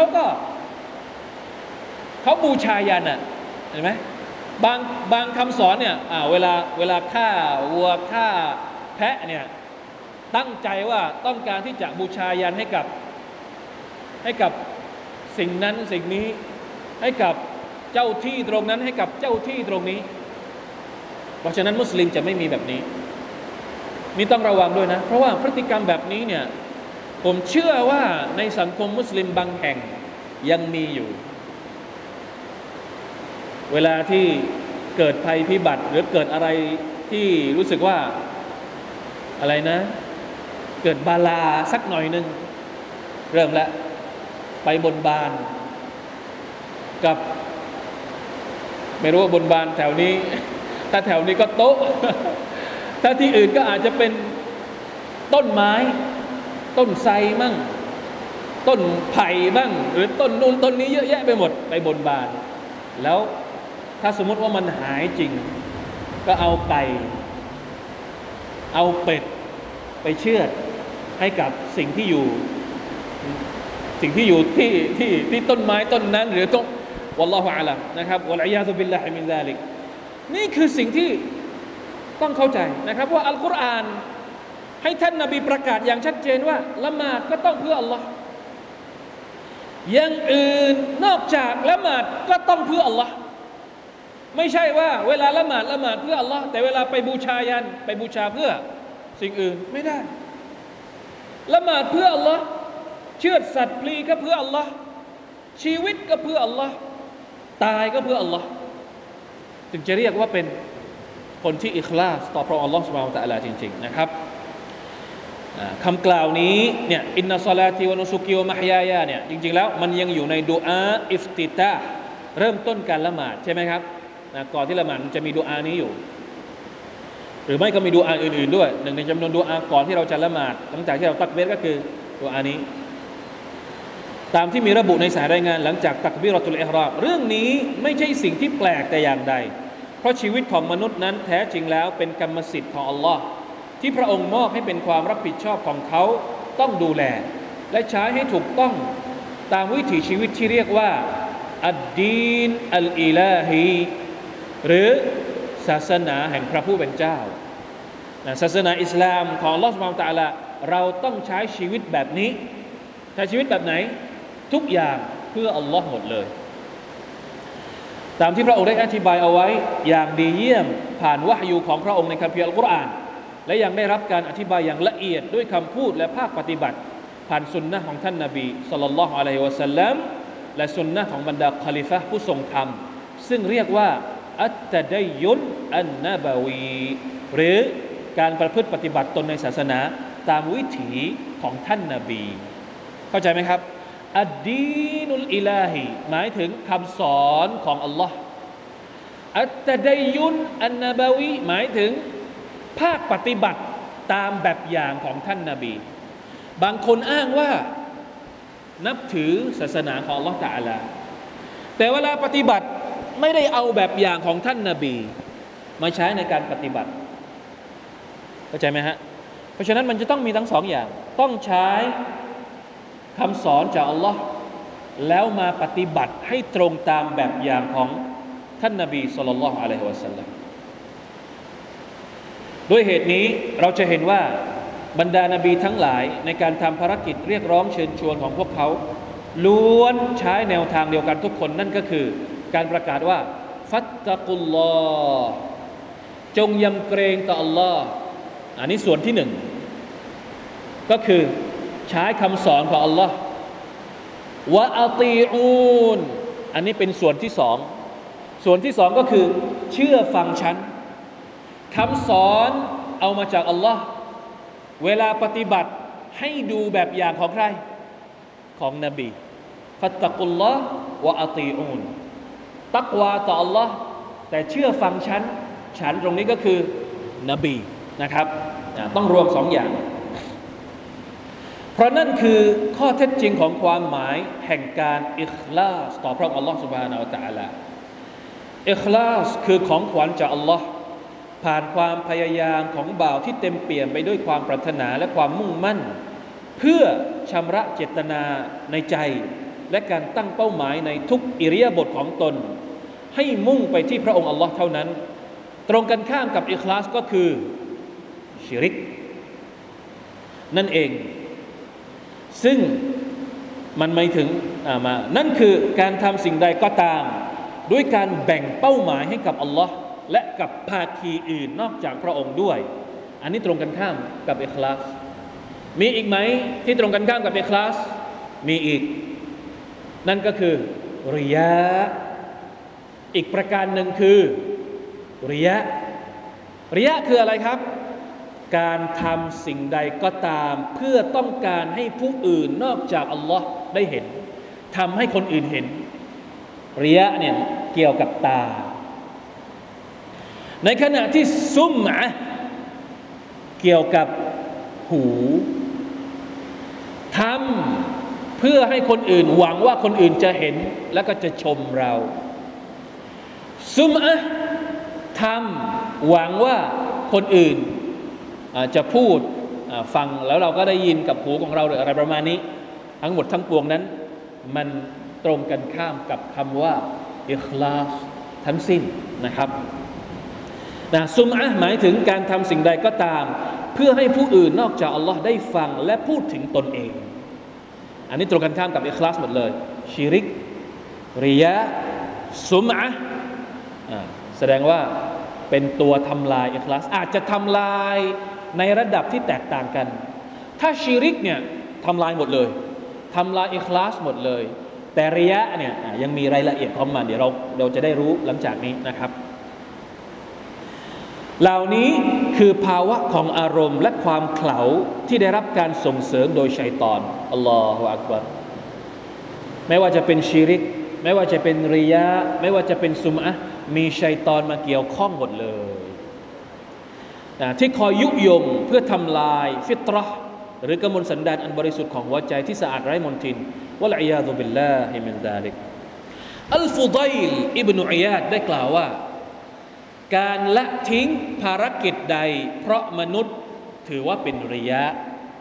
เขาบูชายันอ่ะเห็นไหมบางคำสอนเนี่ยเวลาฆ่าวัวฆ่าแพะเนี่ยตั้งใจว่าต้องการที่จะบูชายันให้กับสิ่งนั้นสิ่งนี้ให้กับเจ้าที่ตรงนั้นให้กับเจ้าที่ตรงนี้เพราะฉะนั้นมุสลิมจะไม่มีแบบนี้นี่ต้องระวังด้วยนะเพราะว่าพฤติกรรมแบบนี้เนี่ยผมเชื่อว่าในสังคมมุสลิมบางแห่งยังมีอยู่เวลาที่เกิดภัยพิบัติหรือเกิดอะไรที่รู้สึกว่าอะไรนะเกิดบาลาสักหน่อยนึงเริ่มแล้วไปบนบานกับไม่รู้ว่าบนบานแถวนี้ถ้าแถวนี้ก็โต๊ะถ้าที่อื่นก็อาจจะเป็นต้นไม้ต้นไทรมั่งต้นไผ่บ้างหรือต้นนู่นต้นนี้เยอะแยะไปหมดไปบนบานแล้วถ้าสมมติว่ามันหายจริงก็เอาไก่เอาเป็ดไปเชือดให้กับสิ่งที่อยู่ที่ต้นไม้ต้นนั้นหรือต้นวัลลอฮุอะลัมนะครับวัลอียาซุบิลลาฮิมินซาลิกนี่คือสิ่งที่ต้องเข้าใจนะครับว่าอัลกุรอานให้ท่านนบีประกาศอย่างชัดเจนว่าละหมาดก็ต้องเพื่ออัลลอฮ์อย่างอื่นนอกจากละหมาดก็ต้องเพื่ออัลลอฮ์ไม่ใช่ว่าเวลาละหมาดเพื่ออัลลอฮ์แต่เวลาไปบูชายันไปบูชาเพื่อสิ่งอื่นไม่ได้ละหมาดเพื่ออัลลอฮ์เชือดสัตว์พลีก็เพื่ออัลลอฮ์ชีวิตก็เพื่ออัลลอฮ์ตายก็เพื่ออัลลอฮ์จึงจะเรียกว่าเป็นคนที่อิคลาสต่อพระองค์อัลลอฮ์ซุบฮานะฮูวะตะอาลาจริงๆนะครับคำกล่าวนี้เนี่ยอินนัศศอลาติวะนุสุกีวะมะฮยายาเนี่ยจริงๆแล้วมันยังอยู่ในดุอาอิฟติตาเริ่มต้นการละหมาดใช่ไหมครับก่อนที่ละหมาดจะมีดุอานี้อยู่หรือไม่ก็มีดุอาอื่นๆด้วยหนึ่งในจำนวนดุอาก่อนที่เราจะละหมาดหลังจากที่เราตักบีรก็คือดุอานี้ตามที่มีระบุในสายรายงานหลังจากตักบีเราะตุลอิห์รามเรื่องนี้ไม่ใช่สิ่งที่แปลกแต่อย่างใดเพราะชีวิตของมนุษย์นั้นแท้จริงแล้วเป็นกรรมสิทธิ์ของอัลลอฮ์ที่พระองค์มอบให้เป็นความรับผิดชอบของเขาต้องดูแลและใช้ให้ถูกต้องตามวิถีชีวิตที่เรียกว่าอัดดีนอัลอิลาฮีหรือศาสนาแห่งพระผู้เป็นเจ้าศาสนาอิสลามของอัลลอฮ์ซุบฮานะฮูวะตะอาลาเราต้องใช้ชีวิตแบบนี้ใช้ชีวิตแบบไหนทุกอย่างเพื่ออัลลอฮ์หมดเลยตามที่พระองค์ได้อธิบายเอาไว้อย่างดีเยี่ยมผ่านวะฮยูของพระองค์ในคัมภีร์อัลกุรอานและยังได้รับการอธิบายอย่างละเอียดด้วยคำพูดและภาคปฏิบัติผ่านสุนนะของท่านนบีศ็อลลัลลอฮุอะลัยฮิวะซัลลัมและสุนนะของบรรดาคอลิฟะห์ผู้ทรงธรรมซึ่งเรียกว่าอัตตะดัยยุนอันนบวีหรือการประพฤติปฏิบัติตนในศาสนาตามวิถีของท่านนบีเข้าใจไหมครับอัดดีนุลอิลาฮีหมายถึงคำสอนของอัลลอฮ์อัตตะดัยยุนอันนบวีหมายถึงภาคปฏิบัติตามแบบอย่างของท่านนบีบางคนอ้างว่านับถือศาสนาของอัลลอฮ์ตะอาลาแต่เวลาปฏิบัติไม่ได้เอาแบบอย่างของท่านนบีมาใช้ในการปฏิบัติเข้าใจไหมฮะเพราะฉะนั้นมันจะต้องมีทั้งสองอย่างต้องใช้คำสอนจากอัลลอฮ์แล้วมาปฏิบัติให้ตรงตามแบบอย่างของท่านนบีศ็อลลัลลอฮุอะลัยฮิวะซัลลัมด้วยเหตุนี้เราจะเห็นว่าบรรดานบีทั้งหลายในการทำภารกิจเรียกร้องเชิญชวนของพวกเขาล้วนใช้แนวทางเดียวกันทุกคนนั่นก็คือการประกาศว่าฟัตตะกุลลอฮ์จงยำเกรงต่ออัลลอฮ์อันนี้ส่วนที่หนึ่งก็คือใช้คำสอนของอัลลอฮ์วะอัตีอูนอันนี้เป็นส่วนที่สองส่วนที่สองก็คือเชื่อฟังฉันคำสอนเอามาจากอัลลอฮ์เวลาปฏิบัติให้ดูแบบอย่างของใครของนบีฟัตตักุลลอฮ์วะอัตีอูนตักวาต่ออัลลอฮ์แต่เชื่อฟังฉันตรงนี้ก็คือนบีนะครับต้องรวมสองอย่างเพราะนั่นคือข้อเท็จจริงของความหมายแห่งการอิคลาสต่อพระองค์อัลลอฮ์ سبحانه และ تعالى อิคลาสคือของขวัญจากอัลลอฮ์ผ่านความพยายามของบ่าวที่เต็มเปี่ยมไปด้วยความปรารถนาและความมุ่งมั่นเพื่อชำระเจตนาในใจและการตั้งเป้าหมายในทุกอิริยาบถของตนให้มุ่งไปที่พระองค์อัลลอฮ์เท่านั้นตรงกันข้ามกับอิคลาสก็คือชิริกนั่นเองซึ่งมันหมายถึงนั่นคือการทำสิ่งใดก็ตามด้วยการแบ่งเป้าหมายให้กับอัลลอฮ์และกับภาคีอื่นนอกจากพระองค์ด้วยอันนี้ตรงกันข้ามกับอิคลาสมีอีกไหมที่ตรงกันข้ามกับอิคลาสมีอีกนั่นก็คือริยะอีกประการหนึ่งคือริยะคืออะไรครับการทำสิ่งใดก็ตามเพื่อต้องการให้ผู้อื่นนอกจากอัลลอฮ์ได้เห็นทำให้คนอื่นเห็นริยะเนี่ยเกี่ยวกับตาในขณะที่ซุมอะห์เกี่ยวกับหูทำเพื่อให้คนอื่นหวังว่าคนอื่นจะเห็นแล้วก็จะชมเราซุมอะห์ทำหวังว่าคนอื่นจะพูดฟังแล้วเราก็ได้ยินกับหูของเราหรืออะไรประมาณนี้ทั้งหมดทั้งปวงนั้นมันตรงกันข้ามกับคำว่าอิคลาสทั้งสิ้นนะครับซุมอะห์หมายถึงการทำสิ่งใดก็ตามเพื่อให้ผู้อื่นนอกจากอัลลอฮ์ได้ฟังและพูดถึงตนเองอันนี้ตรงกันข้ามกับอิคลาสหมดเลยชิริกริยะซุมอะห์แสดงว่าเป็นตัวทำลายอิคลาสอาจจะทำลายในระดับที่แตกต่างกันถ้าชิริกเนี่ยทำลายหมดเลยทำลายอิคลาสหมดเลยแต่ริยะเนี่ยยังมีรายละเอียดของมันเดี๋ยวเราจะได้รู้หลังจากนี้นะครับเหล่านี้คือภาวะของอารมณ์และความเขลาที่ได้รับการส่งเสริมโดยชัยฏอนอัลลอฮฺอักบัรไม่ว่าจะเป็นชิริกไม่ว่าจะเป็นริยะไม่ว่าจะเป็นซุมอะห์มีชัยฏอนมาเกี่ยวข้องหมดเลยที่คอยยุยงเพื่อทำลายฟิตเราะห์หรือกมลสันดานอันบริสุทธิ์ของหัวใจที่สะอาดไร้มลทินวะลัยยาซุบิลลาฮิมินซาลิกอัลฟุดัยลอิบนุอิยาดได้กล่าวว่าการละทิ้งภารกิจใดเพราะมนุษย์ถือว่าเป็นริยะ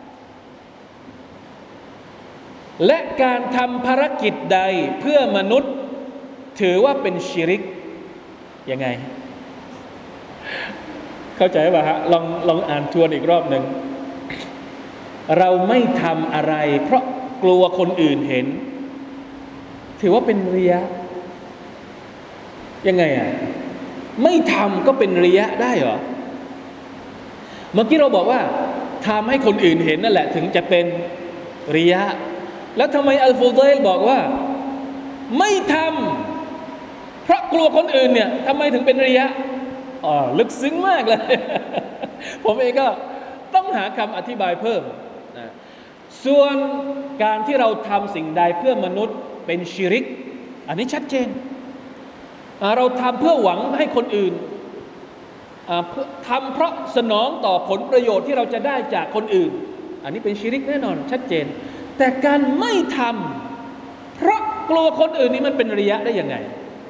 และการทำภารกิจใดเพื่อมนุษย์ถือว่าเป็นชิริกยังไงเข้าใจป่ะฮะลองอ่านทวนอีกรอบหนึ่งเราไม่ทำอะไรเพราะกลัวคนอื่นเห็นถือว่าเป็นริยะยังไงอ่ะไม่ทำก็เป็นริยะได้เหรอเมื่อกี้เราบอกว่าทำให้คนอื่นเห็นนั่นแหละถึงจะเป็นริยะแล้วทำไมอัลฟุดัยลบอกว่าไม่ทำเพราะกลัวคนอื่นเนี่ยทำไมถึงเป็นริยะลึกซึ้งมากเลย ผมเองก็ต้องหาคำอธิบายเพิ่มนะส่วนการที่เราทำสิ่งใดเพื่อมนุษย์เป็นชิริกอันนี้ชัดเจนเราทำเพื่อหวังให้คนอื่นทำเพราะสนองต่อผลประโยชน์ที่เราจะได้จากคนอื่นอันนี้เป็นชิริกแน่นอนชัดเจนแต่การไม่ทำเพราะกลัวคนอื่นนี่มันเป็นริยะได้ยังไง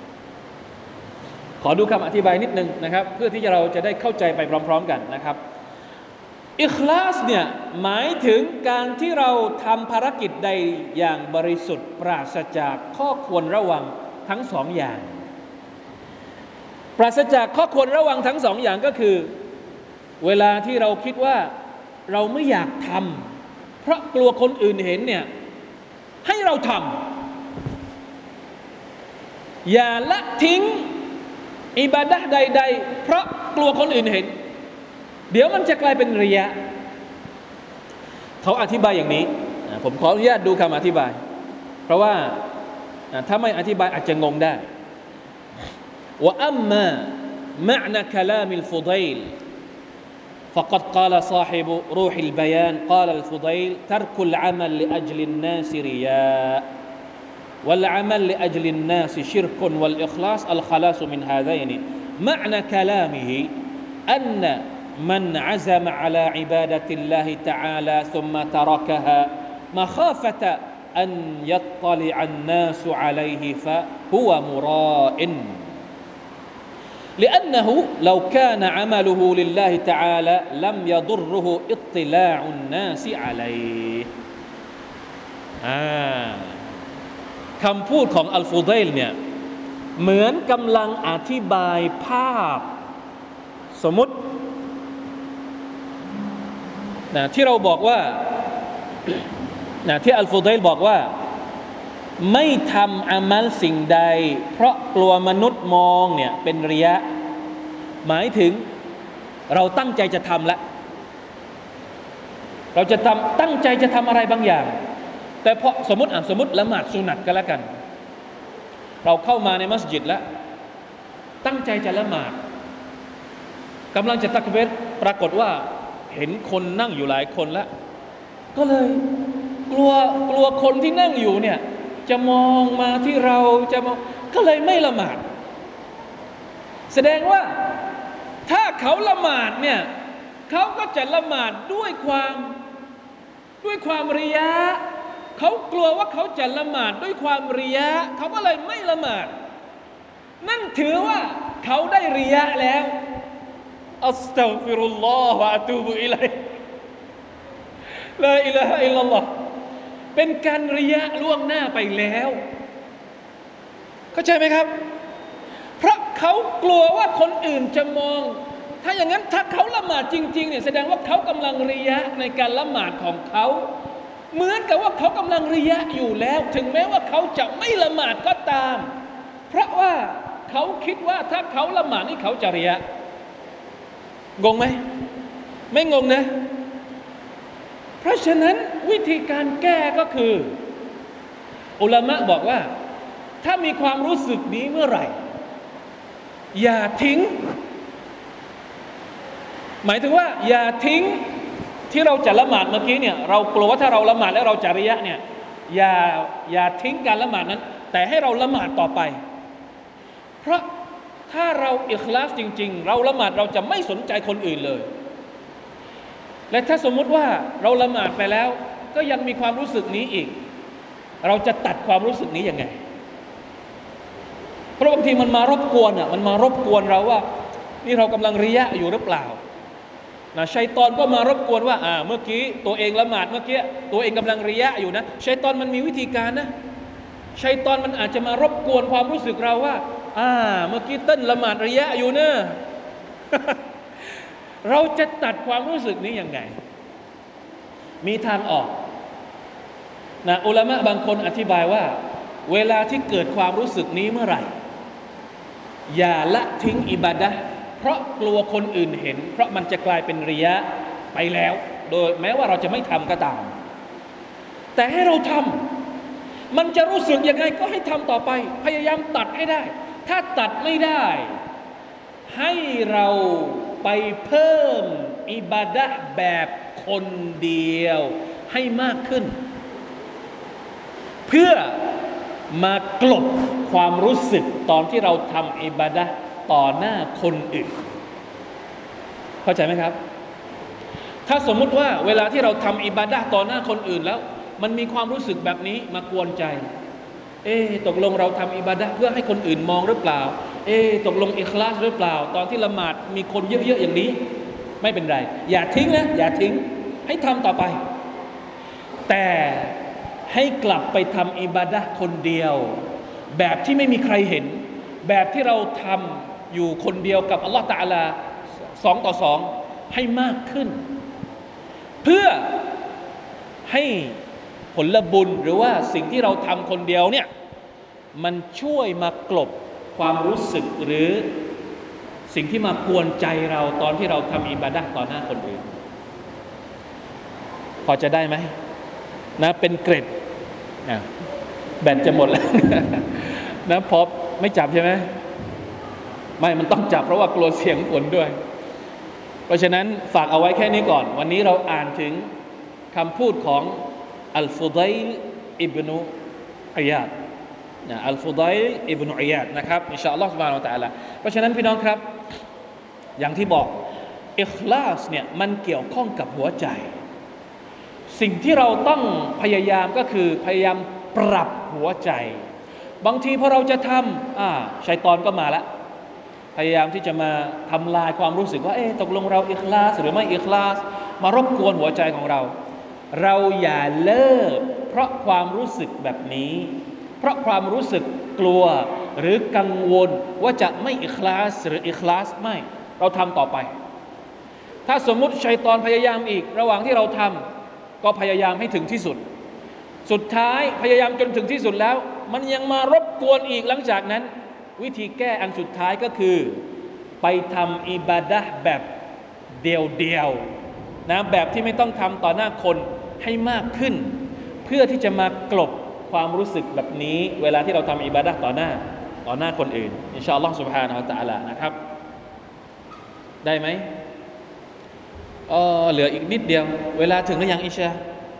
ขอดูคำอธิบายนิดนึงนะครับเพื่อที่เราจะได้เข้าใจไปพร้อมๆกันนะครับอิคลาสเนี่ยหมายถึงการที่เราทำภารกิจใดอย่างบริสุทธิ์ปราศจากข้อควรระวังทั้งสองอย่างปราศจากข้อควรระวังทั้งสองอย่างก็คือเวลาที่เราคิดว่าเราไม่อยากทำเพราะกลัวคนอื่นเห็นเนี่ยให้เราทำอย่าละทิ้งอิบาดะห์ใดๆเพราะกลัวคนอื่นเห็นเดี๋ยวมันจะกลายเป็นริยะเขาอธิบายอย่างนี้ผมขออนุญาตดูคำอธิบายเพราะว่าถ้าไม่อธิบายอาจจะงงได้ว่าอัมมามะนะคลามอัลฟุดัยล فقد قال صاحب روح البيان قال الفضيل ترك العمل لأجل الناس رياء والعمل لأجل الناس شرك والإخلاص الخلاص من هذين معنى كلامه أن من عزم على عبادة الله تعالى ثم تركها مخافة أن يطلع الناس عليه فهو مراء لأنه لو كان عمله لله تعالى لم يضره اطلاع الناس عليه คำพูดของอัลฟุดัยลเนี่ยเหมือนกำลังอธิบายภาพสมมุติที่เราบอกว่าที่อัลฟุดัยลบอกว่าไม่ทำอามัลสิ่งใดเพราะกลัวมนุษย์มองเนี่ยเป็นริยะหมายถึงเราตั้งใจจะทำละเราจะตั้งใจจะทำอะไรบางอย่างแต่พอสมมติละหมาดสุนัตกันแล้วกันเราเข้ามาในมัสยิดแล้วตั้งใจจะละหมาดกำลังจะตักบีรปรากฏว่าเห็นคนนั่งอยู่หลายคนแล้วก็เลยกลัวคนที่นั่งอยู่เนี่ยจะมองมาที่เราจะมองก็เลยไม่ละหมาดแสดงว่าถ้าเขาละหมาดเนี่ยเขาก็จะละหมาดด้วยความริยะเขากลัวว่าเขาจะละหมาดด้วยความริยะเขาก็เลยไม่ละหมาดนั่นถือว่าเขาได้ริยะแล้วอัสตัฆฟิรุลลอฮ์วะอะตูบุอิลัยฮิลาอิลาฮะอิลลัลลอฮ์เป็นการริยะล่วงหน้าไปแล้วเข้าใจไหมครับเพราะเขากลัวว่าคนอื่นจะมองถ้าอย่างนั้นถ้าเขาละหมาดจริงๆเนี่ยแสดงว่าเขากำลังริยะในการละหมาดของเขาเหมือนกับว่าเขากำลังริยะอยู่แล้วถึงแม้ว่าเขาจะไม่ละหมาดก็ตามเพราะว่าเขาคิดว่าถ้าเขาละหมาดนี่เขาจะริยะงงไหมไม่งงนะเพราะฉะนั้นวิธีการแก้ก็คืออุลามะบอกว่าถ้ามีความรู้สึกนี้เมื่อไหร่อย่าทิ้งหมายถึงว่าอย่าทิ้งที่เราจะละหมาดเมื่อกี้เนี่ยเรากลัวว่าถ้าเราละหมาดแล้วเราจะริยะเนี่ยอย่าทิ้งการละหมาดนั้นแต่ให้เราละหมาดต่อไปเพราะถ้าเราอิคลาสจริงๆเราละหมาดเราจะไม่สนใจคนอื่นเลยและถ้าสมมุติว่าเราละหมาดไปแล้วก็ยังมีความรู้สึกนี้อีกเราจะตัดความรู้สึกนี้ยังไงเพราะบางทีมันมารบกวนมันมารบกวนเราว่านี่เรากำลังริยะอยู่หรือเปล่าชัยฏอนก็มารบกวนว่าเมื่อกี้ตัวเองละหมาดเมื่อกี้ตัวเองกำลังริยะอยู่นะชัยฏอนมันมีวิธีการนะชัยฏอนมันอาจจะมารบกวนความรู้สึกเราว่าเมื่อกี้เต้นละหมาดริยะอยู่นะ เราจะตัดความรู้สึกนี้ยังไงมีทางออกอุลามะบางคนอธิบายว่าเวลาที่เกิดความรู้สึกนี้เมื่อไหร่อย่าละทิ้งอิบาดะห์เพราะกลัวคนอื่นเห็นเพราะมันจะกลายเป็นริยะไปแล้วโดยแม้ว่าเราจะไม่ทำก็ตามแต่ให้เราทำมันจะรู้สึกยังไงก็ให้ทำต่อไปพยายามตัดให้ได้ถ้าตัดไม่ได้ให้เราไปเพิ่มอิบาดะห์แบบคนเดียวให้มากขึ้นเพื่อมากลบความรู้สึกตอนที่เราทำอิบาดะห์ต่อหน้าคนอื่นเข้าใจไหมครับถ้าสมมุติว่าเวลาที่เราทำอิบาดะห์ต่อหน้าคนอื่นแล้วมันมีความรู้สึกแบบนี้มากวนใจตกลงเราทำอิบาดะห์เพื่อให้คนอื่นมองหรือเปล่าตกลงอิคลาสหรือเปล่าตอนที่ละหมาดมีคนเยอะๆอย่างนี้ไม่เป็นไรอย่าทิ้งนะอย่าทิ้งให้ทำต่อไปแต่ให้กลับไปทำอิบาดะห์คนเดียวแบบที่ไม่มีใครเห็นแบบที่เราทำอยู่คนเดียวกับอัลลอฮฺตะอาลา2 ต่อ 2ให้มากขึ้นเพื่อให้ผลบุญหรือว่าสิ่งที่เราทำคนเดียวเนี่ยมันช่วยมากลบความรู้สึกหรือสิ่งที่มากวนใจเราตอนที่เราทำอิบาดะห์ต่อหน้าคนอื่นพอจะได้ไหมนะเป็นเกร็ดแบตจะหมดแล้ว นะพอไม่จับใช่ไหมไม่มันต้องจับเพราะว่ากลัวเสียงฝนด้วยเพราะฉะนั้นฝากเอาไว้แค่นี้ก่อนวันนี้เราอ่านถึงคำพูดของอัลฟุดัยลอิบนุอิยาดนะอัลฟุดัยลอิบนุอิยาดนะครับอินชาอัลลอฮฺซุบฮานะฮูวะตะอาลาเพราะฉะนั้นพี่น้องครับอย่างที่บอกอิคลาสเนี่ยมันเกี่ยวข้องกับหัวใจสิ่งที่เราต้องพยายามก็คือพยายามปรับหัวใจบางทีพอเราจะทำชัยฏอนก็มาละพยายามที่จะมาทำลายความรู้สึกว่าตกลงเราอิคลาสหรือไม่อิคลาสมารบกวนหัวใจของเราเราอย่าเลิกเพราะความรู้สึกแบบนี้เพราะความรู้สึกกลัวหรือกังวลว่าจะไม่อิคลาสหรืออิคลาสไม่เราทำต่อไปถ้าสมมุติชัยฏอนพยายามอีกระหว่างที่เราทำก็พยายามให้ถึงที่สุดสุดท้ายพยายามจนถึงที่สุดแล้วมันยังมารบกวนอีกหลังจากนั้นวิธีแก้อันสุดท้ายก็คือไปทำอิบาดะห์แบบเดียวๆนะแบบที่ไม่ต้องทำต่อหน้าคนให้มากขึ้นเพื่อที่จะมากลบความรู้สึกแบบนี้เวลาที่เราทำอิบาดะห์ต่อหน้าคนอื่นอินชาอัลลอฮฺ سبحانه และ تعالى นะครับได้ไหมเหลืออีกนิดเดียวเวลาถึงหรือยังอิชา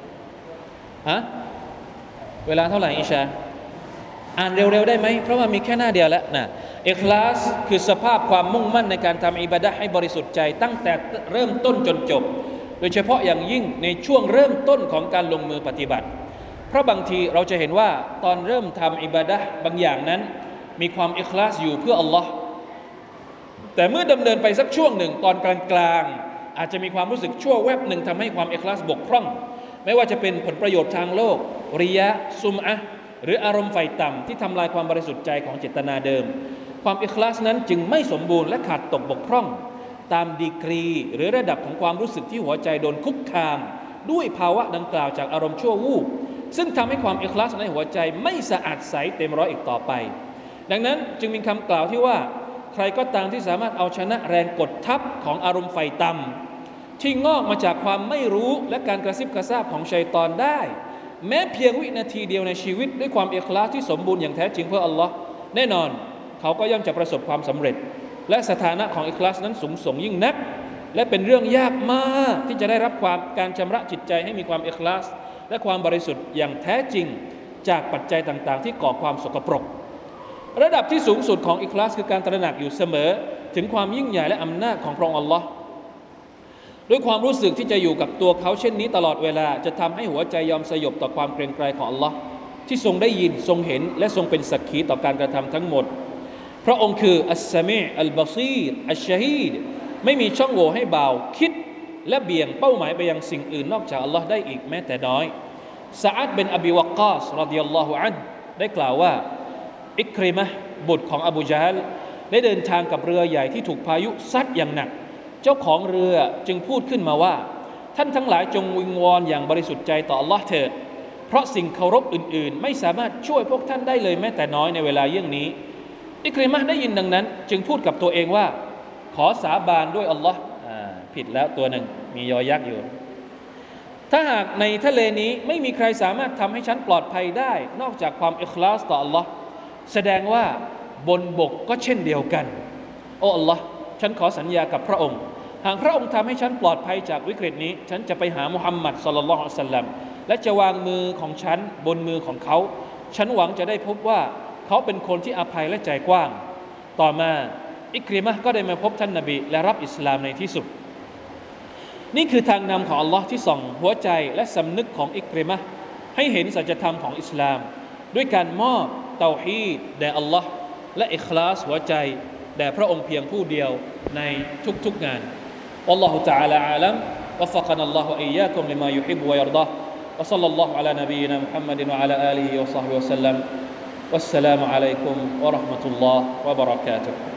เวลาเท่าไหร่อิชาอ่านเร็วๆได้ไหมเพราะว่ามีแค่หน้าเดียวแล้วนะอิคลาสคือสภาพความมุ่งมั่นในการทำอิบาดะห์ให้บริสุทธิ์ใจตั้งแต่เริ่มต้นจนจบโดยเฉพาะอย่างยิ่งในช่วงเริ่มต้นของการลงมือปฏิบัติเพราะบางทีเราจะเห็นว่าตอนเริ่มทำอิบาดะห์บางอย่างนั้นมีความอิคลาสอยู่เพื่ออัลลอฮ์แต่เมื่อดำเนินไปสักช่วงหนึ่งตอนกลางๆอาจจะมีความรู้สึกชั่วแวบหนึ่งทำให้ความอิคลาสบกพร่องไม่ว่าจะเป็นผลประโยชน์ทางโลกริยะซุมอะห์หรืออารมณ์ไฟต่ำที่ทำลายความบริสุทธิ์ใจของเจตนาเดิมความอิคลาสนั้นจึงไม่สมบูรณ์และขาดตกบกพร่องตามดีกรีหรือระดับของความรู้สึกที่หัวใจโดนคุกคามด้วยภาวะดังกล่าวจากอารมณ์ชั่ววูบซึ่งทำให้ความอิคลาสในหัวใจไม่สะอาดใสเต็มร้อยอีกต่อไปดังนั้นจึงมีคำกล่าวที่ว่าใครก็ตามที่สามารถเอาชนะแรงกดทับของอารมณ์ไฟต่ำที่งอกมาจากความไม่รู้และการกระซิบกระซาบของชัยฏอนได้แม้เพียงวินาทีเดียวในชีวิตด้วยความอิคลาสที่สมบูรณ์อย่างแท้จริงเพื่ออัลลอฮ์แน่นอนเขาก็ย่อมจะประสบความสำเร็จและสถานะของอิคลาสนั้นสูงส่งยิ่งนักและเป็นเรื่องยากมากที่จะได้รับการชำระจิตใจให้มีความอิคลาสและความบริสุทธิ์อย่างแท้จริงจากปัจจัยต่างๆที่ก่อความสกปรกระดับที่สูงสุดของอิคลาสคือการตระหนักอยู่เสมอถึงความยิ่งใหญ่และอำนาจของพระองค์อัลลอฮ์ด้วยความรู้สึกที่จะอยู่กับตัวเขาเช่นนี้ตลอดเวลาจะทำให้หัวใจยอมสยบต่อความเกรงไกรของอัลลอฮ์ที่ทรงได้ยินทรงเห็นและทรงเป็นสักขีต่อการกระทำทั้งหมดพระองค์คืออัสซะมีอ์อัลบะซีรอัชชะฮีดไม่มีช่องโหว่ให้บ่าวคิดและเบี่ยงเป้าหมายไปยังสิ่งอื่นนอกจากอัลลอฮ์ได้อีกแม้แต่น้อยซะอัดบินอบีวักกาสรอฎิยัลลอฮุอันฮุได้กล่าวว่าอิกริมะห์บุตรของอบูญะฮัลได้เดินทางกับเรือใหญ่ที่ถูกพายุซัดอย่างหนักเจ้าของเรือจึงพูดขึ้นมาว่าท่านทั้งหลายจงวิงวอนอย่างบริสุทธิ์ใจต่ออัลลอฮ์เถิดเพราะสิ่งเคารพอื่นๆไม่สามารถช่วยพวกท่านได้เลยแม้แต่น้อยในเวลาเยี่ยงนี้อิกริมะห์ได้ยินดังนั้นจึงพูดกับตัวเองว่าขอสาบานด้วยอัลลอฮ์ผิดแล้วตัวหนึ่งมียอยักษ์อยู่ถ้าหากในทะเลนี้ไม่มีใครสามารถทำให้ฉันปลอดภัยได้นอกจากความอิคลาสต่ออัลลอฮ์แสดงว่าบนบกก็เช่นเดียวกันโอ้อัลลอฮ์ฉันขอสัญญากับพระองค์หากพระองค์ทำให้ฉันปลอดภัยจากวิกฤตนี้ฉันจะไปหามุฮัมมัดศ็อลลัลลอฮุอะลัยฮิวะซัลลัมและจะวางมือของฉันบนมือของเขาฉันหวังจะได้พบว่าเขาเป็นคนที่อภัยและใจกว้างต่อมาอิกริมะห์ก็ได้มาพบท่านนบีและรับอิสลามในที่สุดนี่คือทางนำของอัลลอฮ์ที่ส่องหัวใจและสำนึกของอิกริมะห์ให้เห็นสัจธรรมของอิสลามด้วยการมอบเตาฮีดแด่อัลลอฮ์และอิคลาสหัวใจแด่พระองค์เพียงผู้เดียวในทุกๆงานวัลลอฮุตะอาลาอาลัมวะฟักนะอัลลอฮุอิยยากุมลิมายุฮิบบุวะยัรฎอวะศ็อลลัลลอฮุอะลานะบียินามุฮัมมัดวะอะลาอาลิฮิวะศอฮบิฮิวะซัลลัมวัสสลามุอะลัยกุมวะเราะห์มะตุลลอฮ์วะบะเราะกาตุฮ์